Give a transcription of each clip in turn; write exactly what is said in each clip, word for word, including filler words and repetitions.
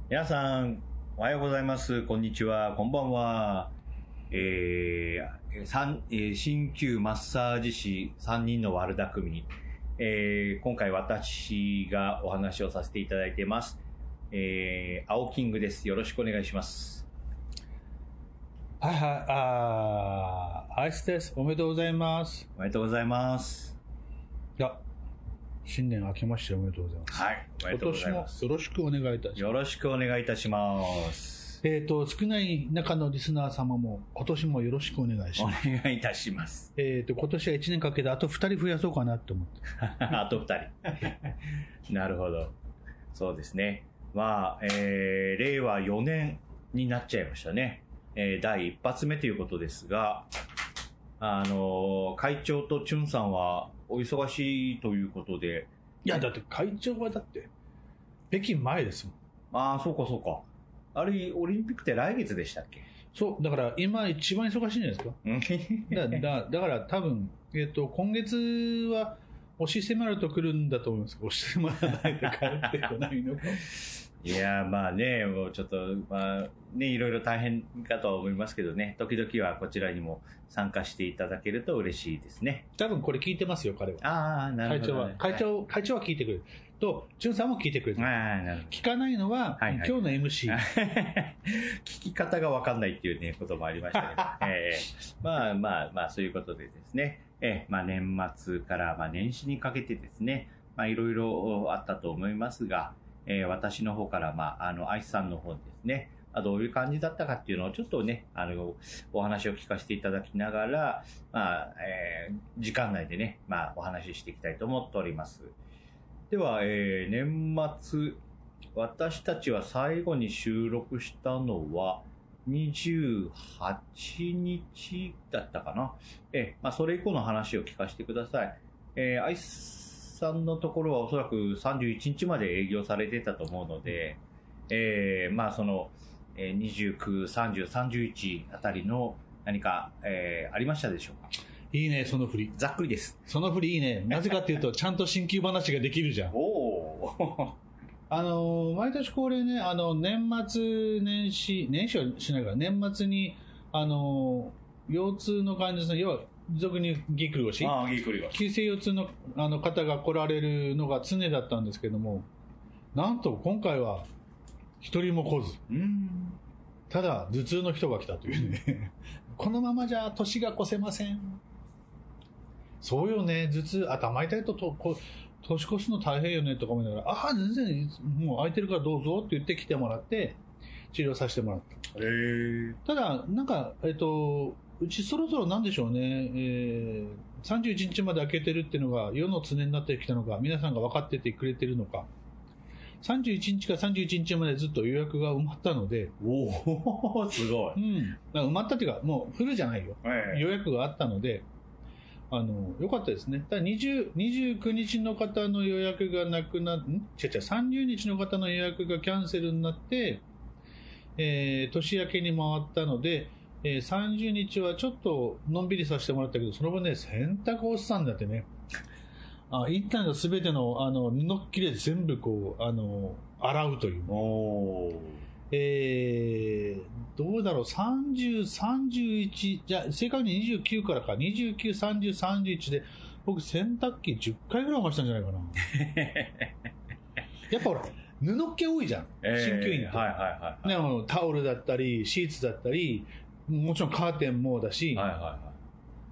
皆さん、おはようございます。こんにちは。こんばんは。えー、三、えー、鍼灸マッサージ師さんにんの悪巧み。えー、今回私がお話をさせていただいています。えー、青キングです。よろしくお願いします。 はいはい、あー、アイスです。おめでとうございます。 おめでとうございます。 いや、新年明けましておめでとうございます。 はい、おめでとうございます。 今年もよろしくお願いいたします。 よろしくお願いいたします。 えっと、少ない中のリスナー様も今年もよろしくお願いします。 お願いいたします。 えっと、今年はいちねんかけてあとふたり増やそうかなと思って。 あとふたり。なるほど。そうですね。まあ、えー、れいわよねんになっちゃいましたね。えー、だいいっ発目ということですが、あのー、会長とチュンさんはお忙しいということで。 いや、だって会長はだって、北京前ですもん。 ああ、そうかそうか。あれ、オリンピックって来月でしたっけ？ そう、だから今一番忙しいんじゃないですか。だだだから多分、えっと、今月は押し迫ると来るんだと思います。押し迫らないと帰ってこないのか。 いやーまあね、もうちょっと、まあね、いろいろ大変かとは思いますけどね、時々はこちらにも参加していただけると嬉しいですね。 多分これ聞いてますよ、彼は。 ああ、なるほど、ね。 会長は、会長、はい、会長は聞いてくれる。と、ジュンさんも聞いてくれる。 ああ、なるほど。 聞かないのは、はいはい、今日の エムシー。 聞き方がわかんないっていうね、こともありましたけど。えー、まあまあまあ、そういうことでですね、えー、まあ年末からまあ年始にかけてですね、まあいろいろあったと思いますが、えー、私の方から、まあ、あの、アイスさんの方にですね、まあ、どういう感じだったかっていうのをちょっとね、あの、お話を聞かせていただきながら、まあ、えー、時間内でね、まあ、お話ししていきたいと思っております。では、えー、年末、私たちは最後に収録したのは、にじゅうはちにちだったかな。えー、まあ、それ以降の話を聞かせてください。えー、アイスさんのところはおそらくさんじゅういちにちまで営業されてたと思うので、えー、まあその、えー、にじゅうく、さんじゅう、さんじゅういちあたりの何か、えー、ありましたでしょうか？ いいね、その振り。 ざっくりです。 その振りいいね。なぜかっていうと、ちゃんと新旧話ができるじゃん。 おお。 あの、毎年恒例ね、あの、年末年始、年始はしないから、年末に、あの、腰痛の患者さん、要は、俗にぎっくり腰、 ああ、ぎっくり腰、 急性腰痛の、あの方が来られるのが常だったんですけども、なんと今回は一人も来ず、 うん、 ただ頭痛の人が来たというねこのままじゃ年が越せません。そうよね、頭痛頭痛いととこ年越すの大変よねとか思いながら、ああ全然もう空いてるからどうぞって言って来てもらって治療させてもらった。 へー。 ただなんかえっとうちそろそろなんでしょうね、えー、さんじゅういちにちまで開けてるっていうのが世の常になってきたのか、皆さんが分かっててくれてるのか、さんじゅういちにちからさんじゅういちにちまでずっと予約が埋まったので、 おお、すごい。 うん、だから埋まったっていうかもうフルじゃないよ、えー、予約があったので、あのよかったですね。ただにじゅう、にじゅうくにちの方の予約がなくなっ、ん違う違う、さんじゅうにちの方の予約がキャンセルになって、えー、年明けに回ったので、えー、さんじゅうにちはちょっとのんびりさせてもらったけど、その後ね、洗濯をしたんだってね。あ、一体のすべての、あの、布っきれ全部こう、あの、洗うという。 おー。 えー、どうだろう、さんじゅう、さんじゅういち、じゃあ、正確ににじゅうきゅうからか、にじゅうきゅう、さんじゅう、さんじゅういちで、僕洗濯機じゅっかいぐらい回したんじゃないかな。やっぱほら、布っ気多いじゃん、鍼灸院って。 はいはいはい、 ね、あのタオルだったり、シーツだったり、もちろんカーテンもだし、 はいはいはい、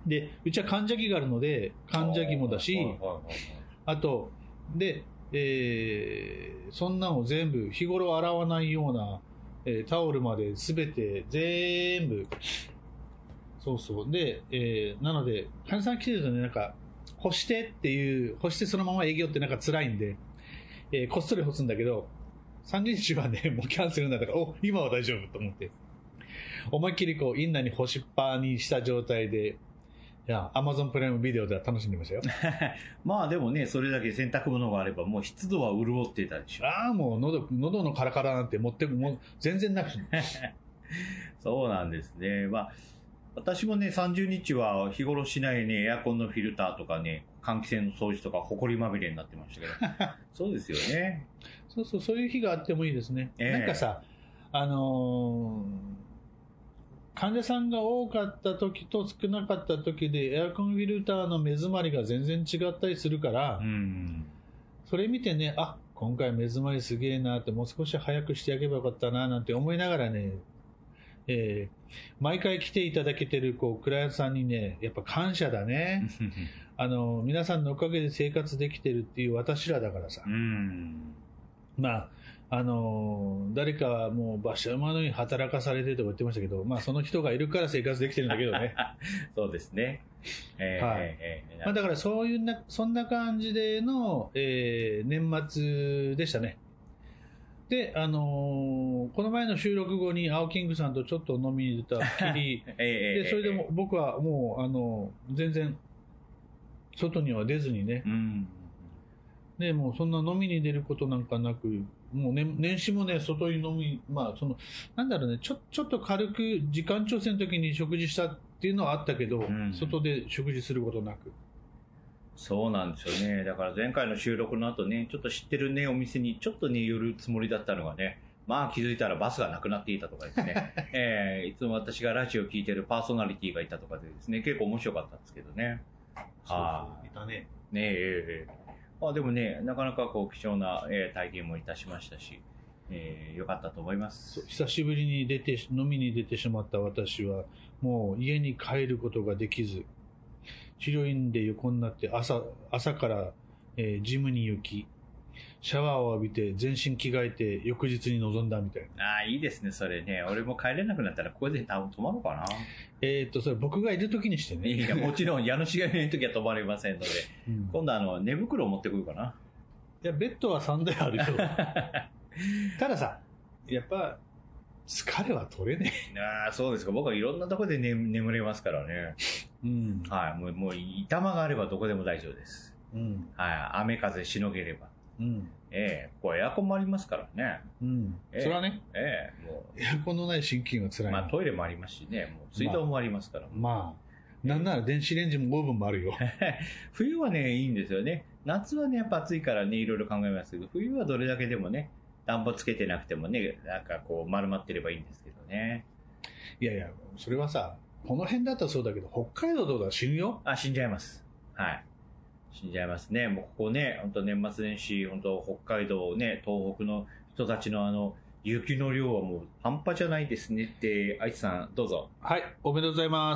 でうちは患者着があるので患者着もだし、はいはいはい、あとで、えー、そんなの全部日頃洗わないような、えー、タオルまで全て全部そうそうで、えー、なので患者さん来てるとね、なんか干してっていう干してそのまま営業ってなんか辛いんで、えー、こっそり干すんだけど、さんじゅうにちはねもうキャンセルになったから、お今は大丈夫と思って思いっきりこうインナーに干しっぱにした状態で、いや、アマゾンプライムビデオでは楽しんでましたよ。 まあでもね、それだけ洗濯物があれば、もう湿度は潤ってたでしょ。 ああ、もう喉、喉のカラカラなんて持ってもう全然なくて。 そうなんですね。まあ、私もね、さんじゅうにちは日頃しないね、エアコンのフィルターとかね、 換気扇の掃除とか埃まみれになってましたけどそうですよね。 そうそう、そういう日があってもいいですね。 えー、 なんかさ、あのー、患者さんが多かった時と少なかった時でエアコンフィルターの目詰まりが全然違ったりするから、 うん、 それ見てね、あ、今回目詰まりすげえなって、もう少し早くしてあげればよかったななんて思いながらね、えー、毎回来ていただけてるこうクライアントさんにね、やっぱ感謝だねあの皆さんのおかげで生活できてるっていう私らだからさ、 うん、 まああの誰かはもう馬車馬のように働かされてとか言ってましたけど、まあ、その人がいるから生活できてるんだけどねそうですね、えーはいえーまあ、だからそういうなそんな感じでの、えー、年末でしたね。で、あのー、この前の収録後に青キングさんとちょっと飲みに出たきり、 えー、 でそれでも僕はもう、あのー、全然外には出ずにね、 うん、 でもうそんな飲みに出ることなんかなく、もう、ね、年始もね外に飲み、まあそのなんだろうね、ちょちょっと軽く時間調整の時に食事したっていうのはあったけど、うん、外で食事することなく。 そうなんですよね。だから前回の収録の後ね、ちょっと知ってるねお店にちょっとね寄るつもりだったのがね、まあ気づいたらバスがなくなっていたとかですね、えー、いつも私がラジオを聞いてるパーソナリティがいたとかでですね、結構面白かったんですけどね。 そうそういたね。 ねえー、あでもね、なかなかこう貴重な、えー、体験もいたしましたし、えー、よかったと思います。 久しぶりに出て飲みに出てしまった私はもう家に帰ることができず、治療院で横になって朝朝から、えー、ジムに行き、シャワーを浴びて全身着替えて翌日に臨んだみたいな。 ああ、いいですね、それね。俺も帰れなくなったらここで多分泊まろうかな。 えーっとそれ僕がいる時にしてね。 いやもちろん家主がいる時は泊まれませんので、うん、今度あの寝袋を持ってくるかな。 いやベッドはさんだいあるよたださ、やっぱ疲れは取れねえ。 ああ、そうですか。僕はいろんなところで、ね、眠れますからね。うん。はい。もう、もう、板間があればどこでも大丈夫です。うん。はい。雨風しのげれば。うん。ええー、こうエアコンもありますからね。 うん。えー、それはね。 ええー、もう。エアコンのない新規は辛い。 まあトイレもありますしね。もう水道もありますから。 まあ。まあ、なんなら電子レンジもオーブンもあるよ。 冬はね、いいんですよね。夏はね、やっぱ暑いからね、いろいろ考えますけど、冬はどれだけでもね、暖房つけてなくてもね、なんかこう丸まってればいいんですけどね。 いやいや、それはさ、この辺だったらそうだけど、北海道とか死ぬよ。 あ、死んじゃいます。はい。死んじゃいますね。もうここね、本当年末年始、本当北海道ね、東北の人たちのあの、雪の量はもう半端じゃないですねって、愛知さん、どうぞ。 はい、おめでとうございます。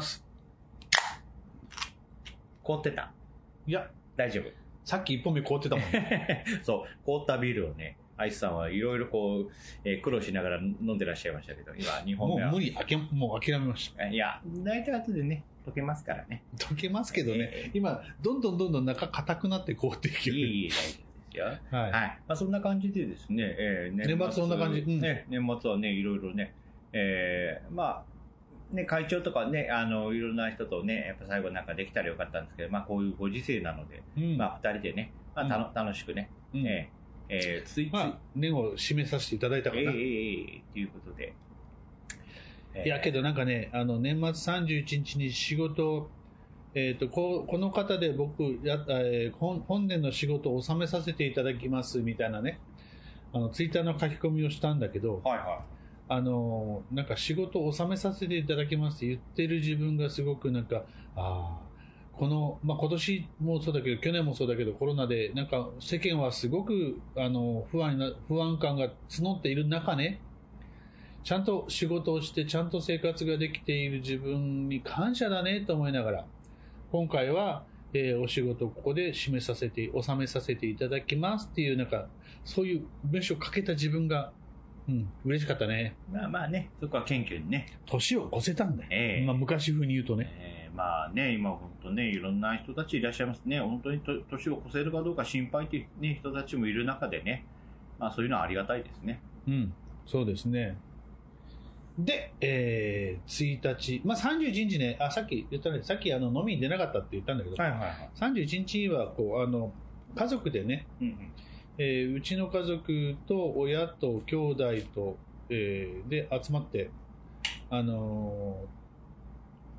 凍ってた？ いや、 大丈夫。 さっき一本目凍ってたもんね。そう、凍ったビールをね、愛知さんはいろいろこう、えー、苦労しながら飲んでらっしゃいましたけど、今にほんめは。 もう無理、あけもう諦めました。 いや、大体後でね、溶けますからね。 溶けますけどね、えー、今、どんどんどんどん中硬くなって凍っていく。 いい、いい、大丈夫ですよ。はい。はい。まあ、そんな感じでですね、えー、 年末、年末そんな感じ。うん、 ね、年末はね、いろいろね、えー、まあ、ね、会長とかね、あの、いろんな人とね、やっぱ最後なんかできたらよかったんですけど、まあ、こういうご時世なので、うん、まあ、二人でね、まあ、たの、うん、楽しくね、うん、えー、えー、ついつい、まあ、年を締めさせていただいたかな。 えー、えー、ということで。 えー、いや、けどなんかね、あの、年末さんじゅういちにちに仕事、えっと、こ, この方で僕や、えー本、本年の仕事を納めさせていただきますみたいなね、あの、ツイッターの書き込みをしたんだけど、 はいはい。 あのなんか仕事を納めさせていただきますって言ってる自分がすごくなんか、ああ、この、まあ、今年もそうだけど、去年もそうだけど、コロナでなんか世間はすごくあの不安な、不安感が募っている中ね、ちゃんと仕事をしてちゃんと生活ができている自分に感謝だねと思いながら、今回は、えー、お仕事をここで締めさせて、納めさせていただきますっていう、なんかそういう文章を書けた自分がうん、嬉しかったね。 まあまあね、そこは謙虚にね。 年を越せたんだよ。えー、まあ昔風に言うとね。 えー、まあね、今本当ね、いろんな人たちいらっしゃいますね。本当にと年を越せるかどうか心配という、ね、人たちもいる中でね、まあそういうのはありがたいですね。 うん、そうですね。で、えー、ついたち、まあさんじゅういちにちね、あ、さっき言ったね、さっきあの飲みに出なかったって言ったんだけど、 はいはいはい、 さんじゅういちにちはこう、あの、家族でね、うんうんえー、うちの家族と親と兄弟と、えー、で集まって、あの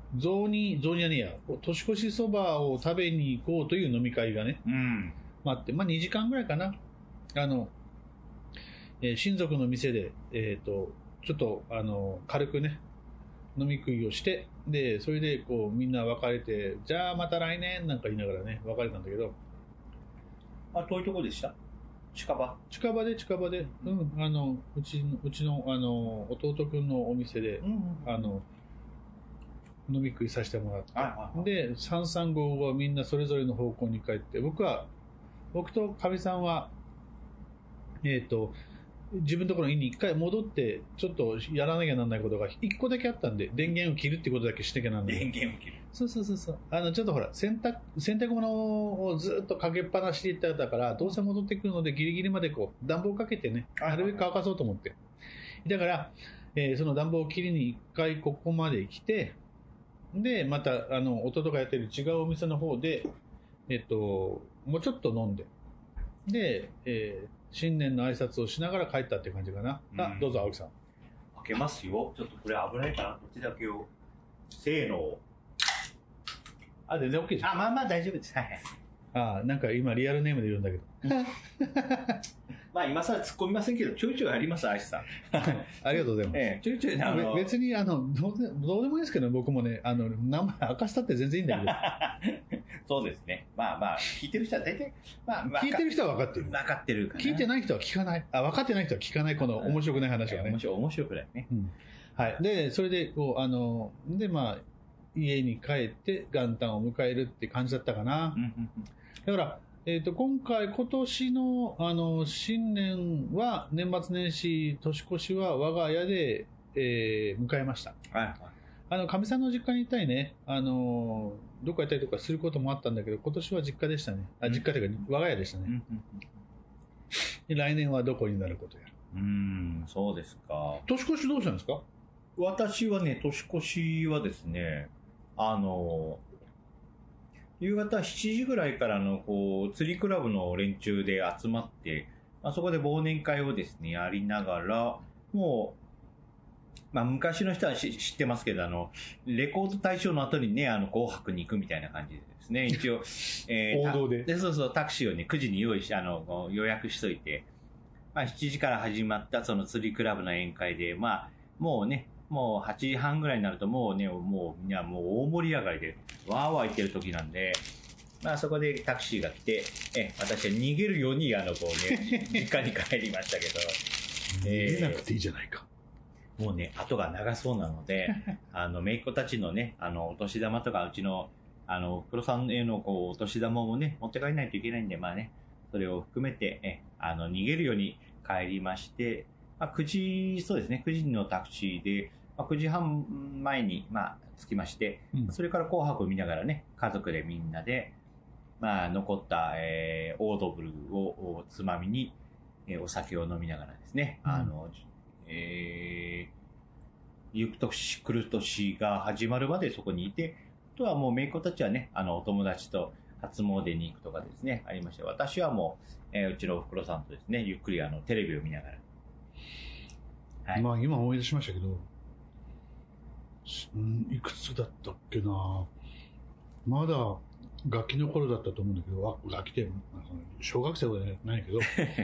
雑煮、雑煮じゃねえや、年越しそばを食べに行こうという飲み会がね、 うん。 待って、まあにじかんぐらいかな。あの、えー親族の店で、えっ、と、ちょっと、あの、軽くね、飲み食いをして、で、それで、こう、みんな別れて、じゃあまた来年なんか言いながらね、別れたんだけど、 あ、遠いとこでした近場近場で近場で、うん、あの、うちの、うちの、あの、弟くんのお店で、 うん。 あの、飲み食いさせてもらって、 はいはいはいで、さんさんごはみんなそれぞれの方向に帰って、僕は、僕とかみさんは、えっ、と、自分のところに一回戻って、ちょっとやらなきゃならないことが一個だけあったんで、電源を切るってことだけしなきゃなんない。 電源を切る。 そうそうそうそう。あの、ちょっとほら、洗濯、洗濯物をずっとかけっぱなしでいったから、どうせ戻ってくるので、ギリギリまでこう、暖房かけてね、 はいはないるべく乾かそうと思って。だから、えーその暖房を切りに一回ここまで来て、で、また、あの、弟がやってる違うお店の方で、えっと、もうちょっと飲んで、で、えー新年の挨拶をしながら帰ったって感じかな。あ、 うんどうぞ、青木さん。 開けますよ。ちょっとこれ危ないかな。こっちだけを。せーの。 あ、全然 OK じゃん。 あ、まあまあ大丈夫です。はいはい。 あ、なんか今リアルネームで言うんだけど。 まあ今更突っ込みませんけど、ちょいちょいあります、アイスさん。 ありがとうございます。 ええ、ちょいちょいあのべ別にあのどうでどうでもいいですけど、僕もね、あの名前明かしたって全然いいんだそうですね。まあまあ、聞いてる人は大体、まあ、 けど、聞いてる人は分かってる。 分かってるかな。 聞いてない人は聞かない。あ、分かってない人は聞かない、この面白くない話はね。 面白い、面白くないね。 うんはい。で、それで、こう、あの、で、まあ、家に帰って元旦を迎えるって感じだったかな。 うんうんうんだから、えっ、と、今回、今年の、あの、新年は、年末年始、年越しは我が家で、えー迎えました。 はいはい。 あの、かみさんの実家に行ったりね、あの、どっか行ったりとかすることもあったんだけど、今年は実家でしたね。あ、 うん実家というか、我が家でしたね。 うんうんで来年はどこになることやら。 うん、うーん、そうですか。 年越しどうしたんですか？ 私はね、年越しはですね、あの、夕方しちじぐらいからの、こう、釣りクラブの連中で集まって、まあ、そこで忘年会をですね、やりながら、もう、まあ、昔の人はし知ってますけど、あの、レコード大賞の後にね、あの、紅白に行くみたいな感じでですね、一応、えー王道でたそうそう、タクシーをね、くじに用意し、あの、こう予約しといて、まあ、しちじから始まったその釣りクラブの宴会で、まあ、もうね、もうはちじはんぐらいになるともうね、もうみんなもう大盛り上がりで、わーわー言ってる時なんで、まあそこでタクシーが来て、え、私は逃げるように、あの、こうね、実家に帰りましたけど、 逃げなくていいじゃないか。 もうね、後が長そうなので、あの、姪っ子たちのね、あの、お年玉とか、うちの、あの、黒さんへの、こう、お年玉もね、持って帰らないといけないんで、まあね、それを含めて、え、あの、逃げるように帰りまして、まあ、くじ、そうですね、くじのタクシーで、まあ、くじはんまえに、まあ、着きまして、 うんそれから紅白を見ながらね、家族でみんなで、まあ、残った、えー、オードブルをおつまみに、えーお酒を飲みながらですね、 うんあの、えー、行く年来る年が始まるまでそこにいて、あとはもう姪っ子たちはね、あの、お友達と初詣に行くとかですね、ありまして、私はもう、えーうちのおふくろさんとですね、ゆっくりあの、テレビを見ながら。はい。 まあ今思い出しましたけど、しうんいくつだったっけな。まだガキの頃だったと思うんだけど、あガキってまあその小学生はないけど、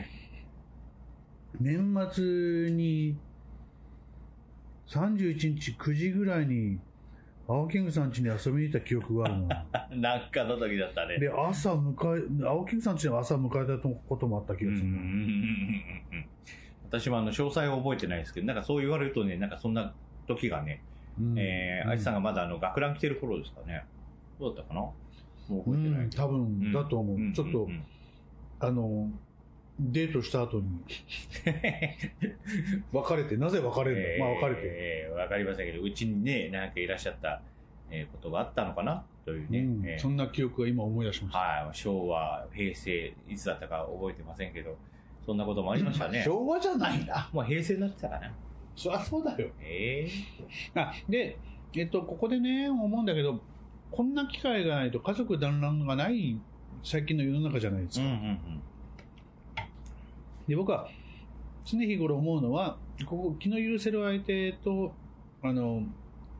年末にさんじゅういちにちくじぐらいに青キングさん家に遊びに行った記憶があるな。 なんかの時だったね。 で、朝迎え、青キングさん家に朝迎えたこともあった気がするな。 うんうんうんうんうん私もあの、詳細は覚えてないですけど、なんかそう言われるとね、なんかそんな時がね、 うんえー、あいつさんがまだあの、学ラン着てる頃ですかね。どうだったかなもうう覚えてないん、多分だと思う。 んちょっと、 うんうんあの、デートした後に別れて、なぜ別れるの、まあ別れて。 えー、わかりませんけど、うちにね、なんかいらっしゃった、えーことがあったのかなというね。 うんえーそんな記憶が今思い出しました。 はい、昭和、平成、いつだったか覚えてませんけど、そんなこともありましたね。 昭和じゃないな。 もう平成になってたかな。 そりゃそうだよ。 ええあ、で、えっと、ここでね、思うんだけど、こんな機会がないと家族団らんがない最近の世の中じゃないですか。 うんうんうん。 で、僕は常日頃思うのは、ここ気の許せる相手と、あの、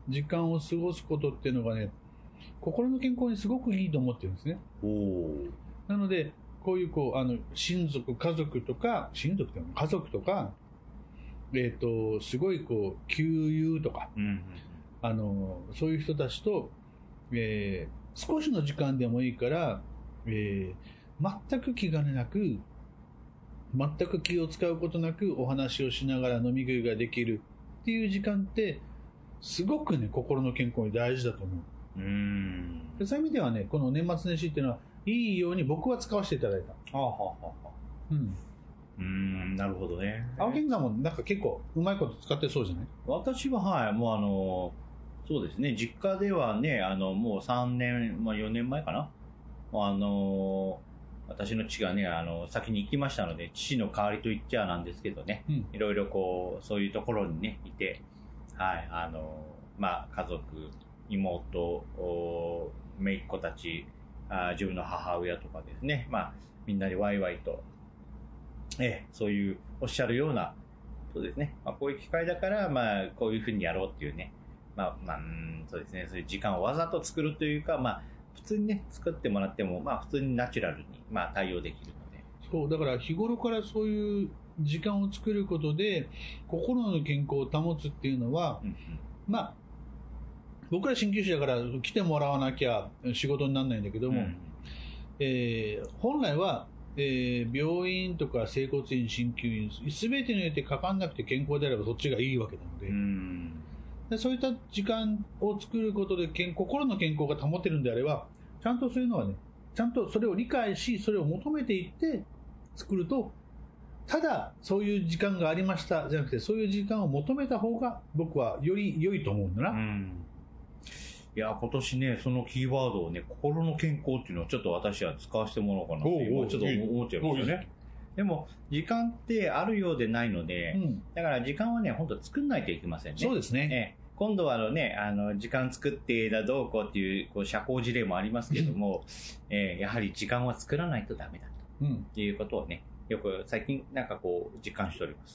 時間を過ごすことっていうのがね、心の健康にすごくいいと思ってるんですね。 おなので、こういうこうあの親族、家族とか、親族とか家族とか、えっと、すごいこう、旧友とか、 うんうんあの、そういう人たちと、えー少しの時間でもいいから、えー全く気兼ねなく、全く気を使うことなくお話をしながら飲み食いができるっていう時間って、すごくね、心の健康に大事だと思う。 うーんでそういう意味ではね、この年末年始っていうのは、いいように僕は使わせていただいた。 はあはあはあはあうん。 うーんなるほどね。 青木さんもなんか結構うまいこと使ってそうじゃない？ 私ははいもうあのそうですね実家ではねあのもうさんねん、まあ、よねんまえかなあの私の父がねあの先に行きましたので父の代わりと言っちゃなんですけどね、 うん。 いろいろこうそういうところにねいてはいあのまあ家族妹お姪っ子たちあ自分の母親とかですねまあみんなでワイワイとええそういうおっしゃるようなそうですね、まあ、こういう機会だからまあこういうふうにやろうっていうねまあまあうんそうですねそういう時間をわざと作るというかまあ普通にね作ってもらってもまあ普通にナチュラルにまあ対応できるのでそう、だから日頃からそういう時間を作ることで、心の健康を保つっていうのは、 うんまあ、僕ら鍼灸師だから来てもらわなきゃ仕事にならないんだけども、 うんえー本来は、えー病院とか整骨院、鍼灸院、すべてにおいてかかんなくて健康であればそっちがいいわけなので、 うんでそういった時間を作ることで健心の健康が保てるんであれば、ちゃんとそういうのはね、ちゃんとそれを理解し、それを求めていって作ると、ただそういう時間がありましたじゃなくて、そういう時間を求めた方が僕はより良いと思うんだな。 うんいや今年ねそのキーワードをね心の健康っていうのをちょっと私は使わせてもらおうかなっておうおう今ちょっと思っちゃいましたよいいねでも時間ってあるようでないので、 うん、 だから時間はね本当作んないといけませんねそうですね。 ええ今度はあのね、あの、時間作ってだどうこうっていう、こう、社交辞令もありますけども、ええやはり時間は作らないとダメだうん、 ということをね、よく最近なんかこう、実感しております。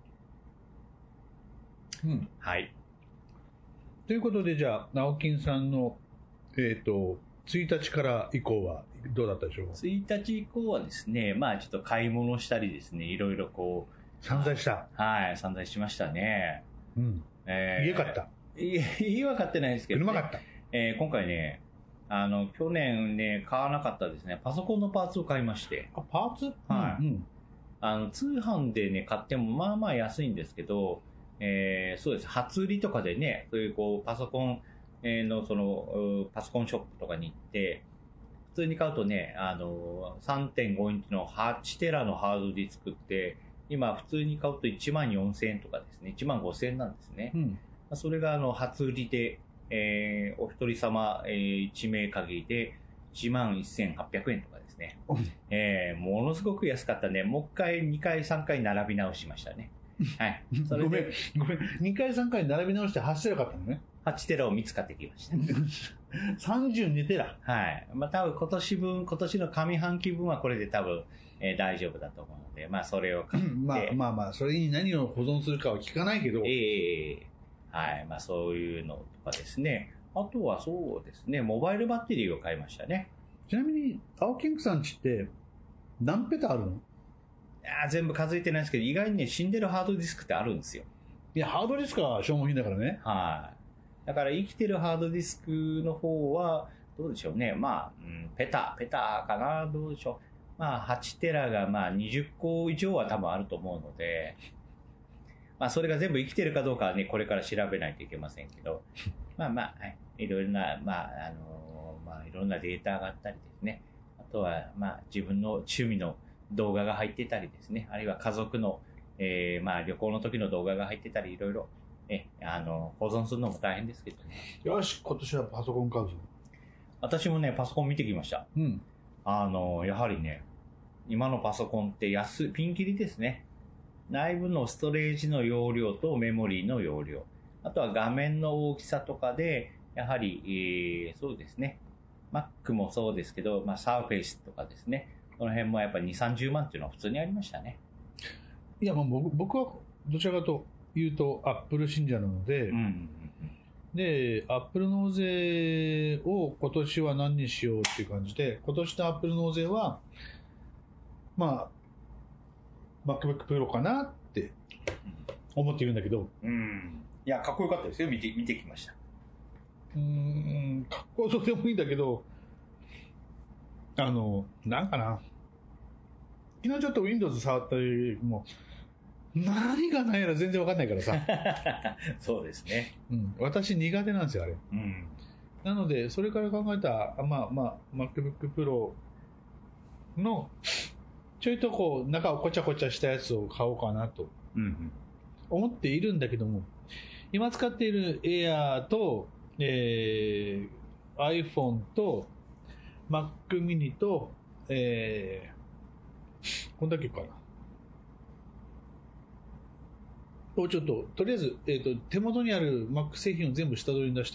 うん。 はい。 ということで、じゃあ、直金さんの、えっ、と、ついたちから以降はどうだったでしょうか？ ついたち以降はですね、まあちょっと買い物したりですね、いろいろこう、 散財した。 はい、散財しましたね。 うん。 ええ家買った。 家家は買ってないですけど、ね、 車買った。 えー今回ね、あの、去年ね、買わなかったですね、パソコンのパーツを買いまして、 あ、パーツ？ はいうん。 あの、通販でね、買ってもまあまあ安いんですけど、えーそうです、初売りとかでね、そういうこう、パソコンえーの、その、うパソコンショップとかに行って、普通に買うとね、あの、さんてんごインチのはちテラのハードディスクって、今普通に買うといちまんよんせんえんとかですね、いちまんごせんえんなんですね。 うん。 それがあの、初売りで、えーお一人様、えーいち名限りでいちまんせんはっぴゃくえんとかですね。えーものすごく安かったね。もう一回、にかい、さんかい並び直しましたね。はい。それごめんで、、 ごめん。にかいさんかい並び直してはちテラ買ったのね。 はちテラを見つかってきました。 さんじゅうにテラ。 はい。まあ多分今年分、今年の上半期分はこれで多分、えー大丈夫だと思うので、まあそれを買って、 まあまあまあ、それに何を保存するかは聞かないけど、 ええはい。まあそういうのとかですね。あとはそうですね、モバイルバッテリーを買いましたね。 ちなみに、青キングさんちって何ペタあるの？ いやー全部数えてないですけど、意外にね、死んでるハードディスクってあるんですよ。 いや、ハードディスクは消耗品だからね。 はい。だから生きてるハードディスクの方は、どうでしょうね。まあ、うん、ペタ、ペタかな、どうでしょう。まあ、はちテラがまあにじゅっこ以上は多分あると思うので、まあ、それが全部生きてるかどうかはね、これから調べないといけませんけど、まあまあ、はい、いろいろな、まあ、あのまあ、いろんなデータがあったりですね。あとは、まあ、自分の趣味の動画が入ってたりですね。あるいは家族の、えー、まあ、旅行の時の動画が入ってたり、いろいろ、え、あの、保存するのも大変ですけどね。 よし、今年はパソコン買うぞ。 私もね、パソコン見てきました。 うん。 あの、やはりね、今のパソコンって安い、ピンキリですね。内部のストレージの容量とメモリーの容量。あとは画面の大きさとかで、やはり、えー、そうですね。Mac もそうですけど、まあ、Surface とかですね。この辺もやっぱりにじゅう、さんじゅうまんっていうのは普通にありましたね。 いや、まあ僕僕はどちらかというと、アップル信者なので、 うんうんうん。 で、アップル納税を今年は何にしようっていう感じで、今年のアップル納税は、まあ、MacBook Pro かなって思っているんだけど。 うん。いや、かっこよかったですよ。見て、見てきました。 うーん、かっこよそうでもいいんだけど、あの、なんかな。昨日ちょっと Windows 触ったりも、何がないやら全然わかんないからさ。 そうですね。 うん。私苦手なんですよ、あれ。 うん。 なので、それから考えた、まあまあ、MacBook Pro の、ちょいとこう、中をこちゃこちゃしたやつを買おうかなと、思っているんだけども、今使っている Air と、えー、iPhone と、Mac mini と、えー、こんだけかな。をちょっと、とりあえず、えっと、手元にある Mac 製品を全部下取りに出して、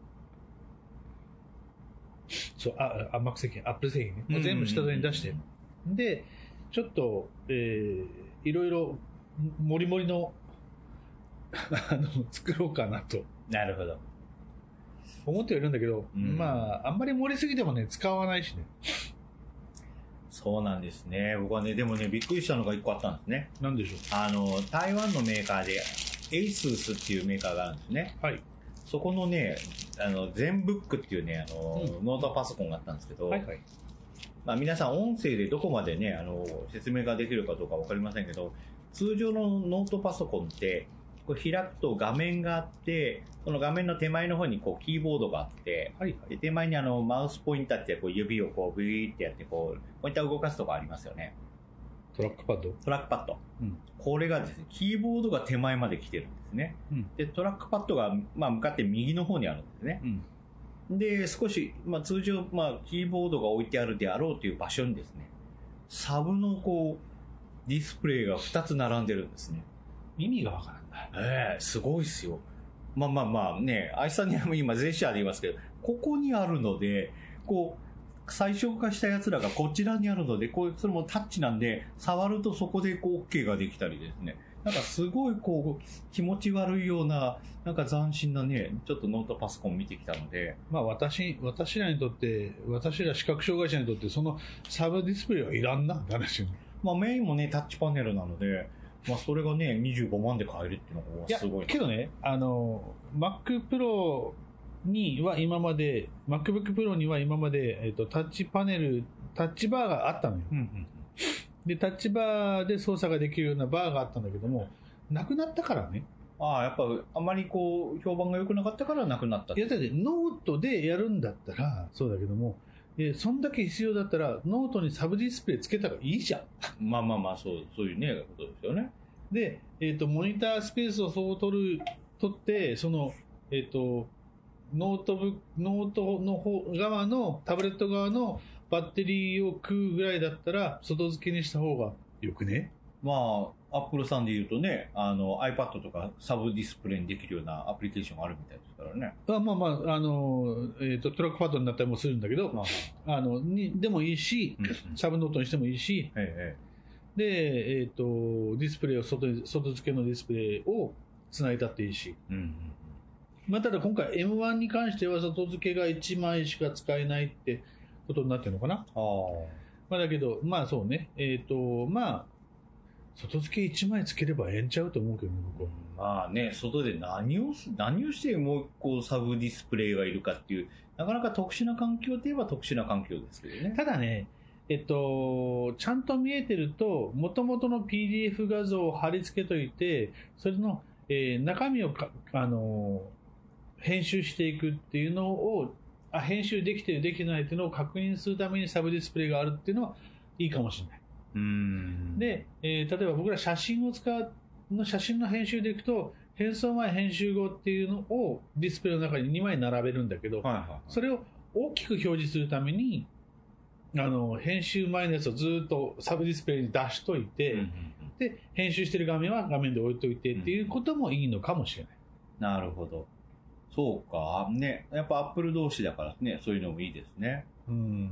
そう、あ、あ Mac 製品、Apple 製品ね。全部下取りに出して、で、ちょっと、えー、いろいろ、もりもりの、あの、作ろうかなと。 なるほど。 思ってはいるんだけど、うん、まあ、あんまり盛りすぎてもね、使わないしね。 そうなんですね。僕はね、でもね、びっくりしたのが一個あったんですね。 なんでしょう。 あの、台湾のメーカーで、ASUS っていうメーカーがあるんですね。 はい。 そこのね、あの、ZenBookっていうね、あの、うん、ノートパソコンがあったんですけど、 はいはい。 まあ皆さん音声でどこまでね、あの、説明ができるかどうかわかりませんけど、通常のノートパソコンって、こう開くと画面があって、その画面の手前の方にこうキーボードがあって、はいはい、で手前にあのマウスポインターってこう指をこうビーってやってこう、ポインターを動かすとこありますよね。 トラックパッドトラックパッド。うん、これがですね、キーボードが手前まで来てるんですね。うん、で、トラックパッドが、まあ、向かって右の方にあるんですね。うん、で、少し、まあ、通常、まあ、キーボードが置いてあるであろうという場所にですね、サブのこう、ディスプレイがふたつ並んでるんですね。 意味がわからない。 ええー、すごいっすよ。まあまあまあね、愛さんには今、ゼシアで言いますけど、ここにあるので、こう、最小化したやつらがこちらにあるので、こうそれもタッチなんで、触るとそこでこう OK ができたりですね。なんかすごいこう、気持ち悪いような、なんか斬新なね、ちょっとノートパソコン見てきたので。 まあ私、私らにとって、私ら視覚障害者にとって、そのサブディスプレイはいらんなって話よね。 まあメインもね、タッチパネルなので、まあそれがね、にじゅうごまんで買えるっていうのがすごいな。 けどね、あの、Mac Pro には今まで、MacBook Pro には今まで、えっと、タッチパネル、タッチバーがあったのよ。うんうん、で、タッチバーで操作ができるようなバーがあったんだけども、なくなったからね。 ああ、やっぱあまりこう、評判が良くなかったからなくなったって。 いや、だってノートでやるんだったら、そうだけども、えそんだけ必要だったら、ノートにサブディスプレイつけたらいいじゃん。 まあまあまあ、そう、そういうね、ことですよね。 で、えっ、ー、と、モニタースペースをそう取る、取って、その、えっ、ー、と、ノートブ、ノートの方側の、タブレット側のバッテリーを食うぐらいだったら、外付けにした方がよくね。 まあ、アップルさんで言うとね、あの、iPad とかサブディスプレイにできるようなアプリケーションがあるみたいですからね。 あまあまあ、あの、えっ、ー、と、トラックパッドになったりもするんだけど、まあ、あの、に、でもいいし、サブノートにしてもいいし、ええで、えっ、ー、と、ディスプレイを外、外付けのディスプレイを繋いだっていいし。うんうん、まあ、ただ今回 エムワン に関しては外付けがいちまいしか使えないってことになってるのかな。あまあ、だけど、まあそうね。えっ、ー、と、まあ、外付けいちまいつければええんちゃうと思うけどね、僕は。 まあね、外で何を、何をしてもう一個サブディスプレイがいるかっていう、なかなか特殊な環境といえば特殊な環境ですけどね。 ただね、えっと、ちゃんと見えてると、元々の ピーディーエフ 画像を貼り付けといて、それの、えー、中身をか、あのー、編集していくっていうのを、あ、編集できてる、できてないっていうのを確認するためにサブディスプレイがあるっていうのはいいかもしれない。うーんで、えー、例えば僕ら写真を使う、の写真の編集でいくと、変装前、編集後っていうのをディスプレイの中ににまい並べるんだけど、はいはいはい、それを大きく表示するために、あの、編集前のやつをずっとサブディスプレイに出しといて、うんうんうん、で、編集してる画面は画面で置いといてっていうこともいいのかもしれない。 うん、なるほど。そうか。ね。やっぱアップル同士だからね、そういうのもいいですね。うん。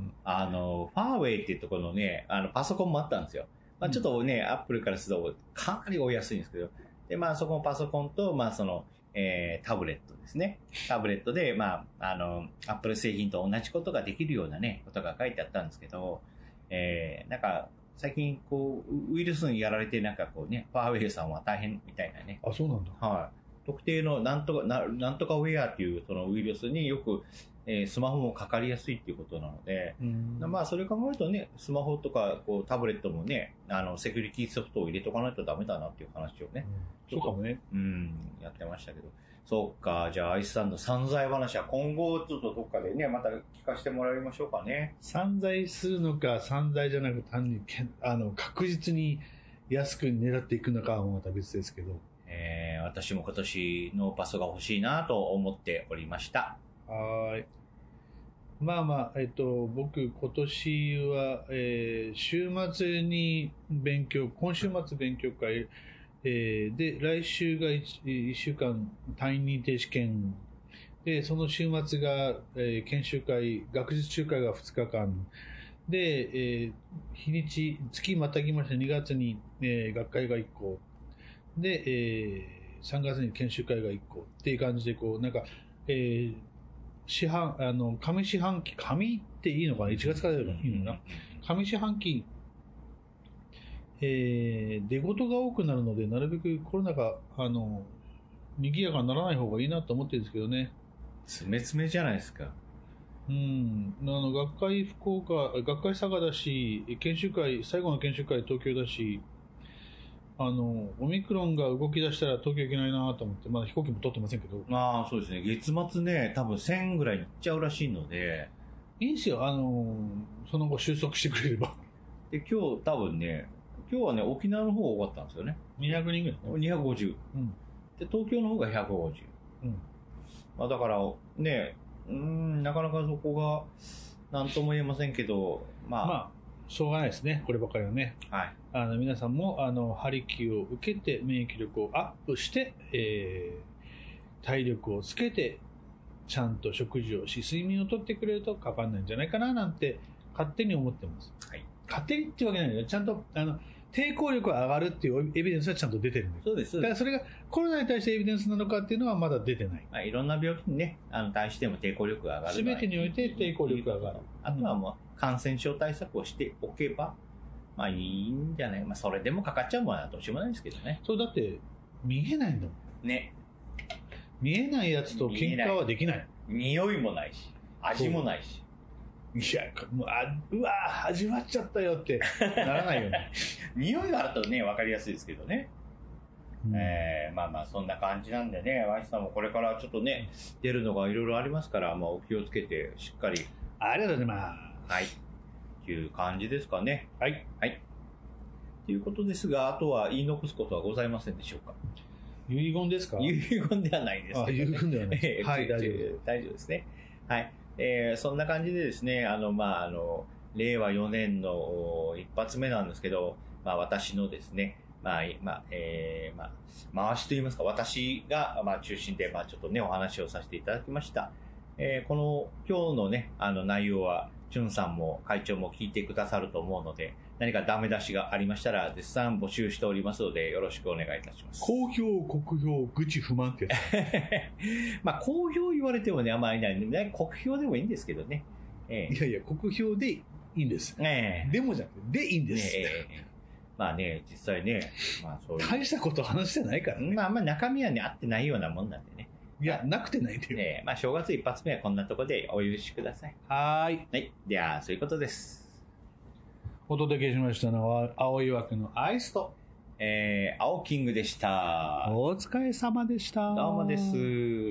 あの、ファーウェイっていうところのね、あの、パソコンもあったんですよ。まあちょっとね、うん、アップルからするとかなりお安いんですけど、で、まあそこのパソコンと、まあその、 えー、タブレットですね。タブレットで、まあ、あの、アップル製品と同じことができるようなね、ことが書いてあったんですけど、えー、なんか、最近、こう、ウイルスにやられて、なんかこうね、ファーウェイさんは大変みたいなね。 あ、そうなんだ。 はい。特定のなんとか、ななんとかウェアっていうそのウイルスによく、えー、スマホもかかりやすいっていうことなので、まあそれ考えるとね、スマホとかこうタブレットもね、あのセキュリティソフトを入れとかないとダメだなっていう話をね、 うん、そうかもね。 うん、やってましたけど。そうか、じゃあアイスさんの散財話は今後ちょっとどっかでね、また聞かせてもらいましょうかね。 散財するのか、散財じゃなく単にあの確実に安く狙っていくのかはまた別ですけど。 えー、私も今年ノーパスが欲しいなと思っておりました。 はい。まあまあ、えっと、僕、今年は、えー、週末に勉強、今週末勉強会、えー、で、来週が 1, いっしゅうかん単位認定試験、で、その週末が、えー、研修会、学術集会がふつかかん、で、えー、日にち、月またぎましてにがつに、えー、学会がいっこ、で、えー、さんがつに研修会がいっこっていう感じで、こう、なんか、えー、四半、あの、上四半期、上っていいのかな ?いち 月からいいのかな上四半期、えー、出事が多くなるので、なるべくコロナが、あの、賑やかにならない方がいいなと思ってるんですけどね。 詰め詰めじゃないですか。 うん。あの、学会福岡、学会佐賀だし、研修会、最後の研修会東京だし、あの、オミクロンが動き出したら東京行けないなと思って、まだ飛行機も取ってませんけど。 ああ、そうですね。月末ね、多分せんぐらい行っちゃうらしいので。 いいんですよ。あの、その後収束してくれれば。 で、今日多分ね、今日はね、沖縄の方が多かったんですよね。 にひゃくにんぐらい。 にひゃくごじゅう。 うん。 で、東京の方がひゃくごじゅう。 うん。 まあだから、ね、うーん、なかなかそこが、なんとも言えませんけど、まあ。 まあ、しょうがないですね。こればかりはね。 はい。 あの、皆さんも、あの、張り切を受けて、免疫力をアップして、えー、体力をつけて、ちゃんと食事をし、睡眠をとってくれるとかかんないんじゃないかな、なんて、勝手に思ってます。 はい。 勝手にってわけないんだよ。ちゃんと、あの、抵抗力が上がるっていうエビデンスはちゃんと出てるんだよ。 そうです。 だからそれがコロナに対してエビデンスなのかっていうのはまだ出てない。 まあ、いろんな病気にね、あの対しても抵抗力が上がる。 すべてにおいて抵抗力が上がる。 あとはもう感染症対策をしておけば、まあいいんじゃない。まあそれでもかかっちゃうものはどうしようもないですけどね。 そう、だって見えないんだもん。 ね。 見えないやつと喧嘩はできない。 匂いもないし、味もないし。 いや、もう、あ、うわぁ、味わっちゃったよってならないよね。 匂いがあるとね、わかりやすいですけどね。うん、えー、まあまあ、そんな感じなんでね、ワイスさんもこれからちょっとね、出るのがいろいろありますから、まあ、お気をつけて、しっかり。 ありがとうございます。 はい。という感じですかね。 はい。 はい。ということですが、あとは言い残すことはございませんでしょうか。 遺言ですか？ 遺言ではないです、ね。 あ、遺言ではないです。 はい、大丈夫。大丈夫ですね。はい。えー、そんな感じでですね、あの、まあ、あの、れいわよねんの一発目なんですけど、まあ、私のですね、まあ、まあ、えー、まあ、回しと言いますか、私が、まあ、中心で、まあ、ちょっとね、お話をさせていただきました。えー、この、今日のね、あの、内容は、チュンさんも会長も聞いてくださると思うので、何かダメ出しがありましたら、絶賛募集しておりますので、よろしくお願いいたします。 公表、酷評、愚痴、不満ってやつ。まあ、公表言われてもね、あんまりないんで、酷評でもいいんですけどね。 えー、いやいや、酷評でいいんです。えー、でもじゃなくて、でいいんです。えー、 まあね、実際ね、まあそういう。 大したこと話してないからね。 まあ、まあ中身はね、合ってないようなもんなんでね。 いや、なくてないんだよ。 ね、まあ正月一発目はこんなとこでお許しください。 はーい。 はい。では、そういうことです。 お届けしましたのは、青い枠のアイスと、 えー、青キングでした。 お疲れ様でした。 どうもです。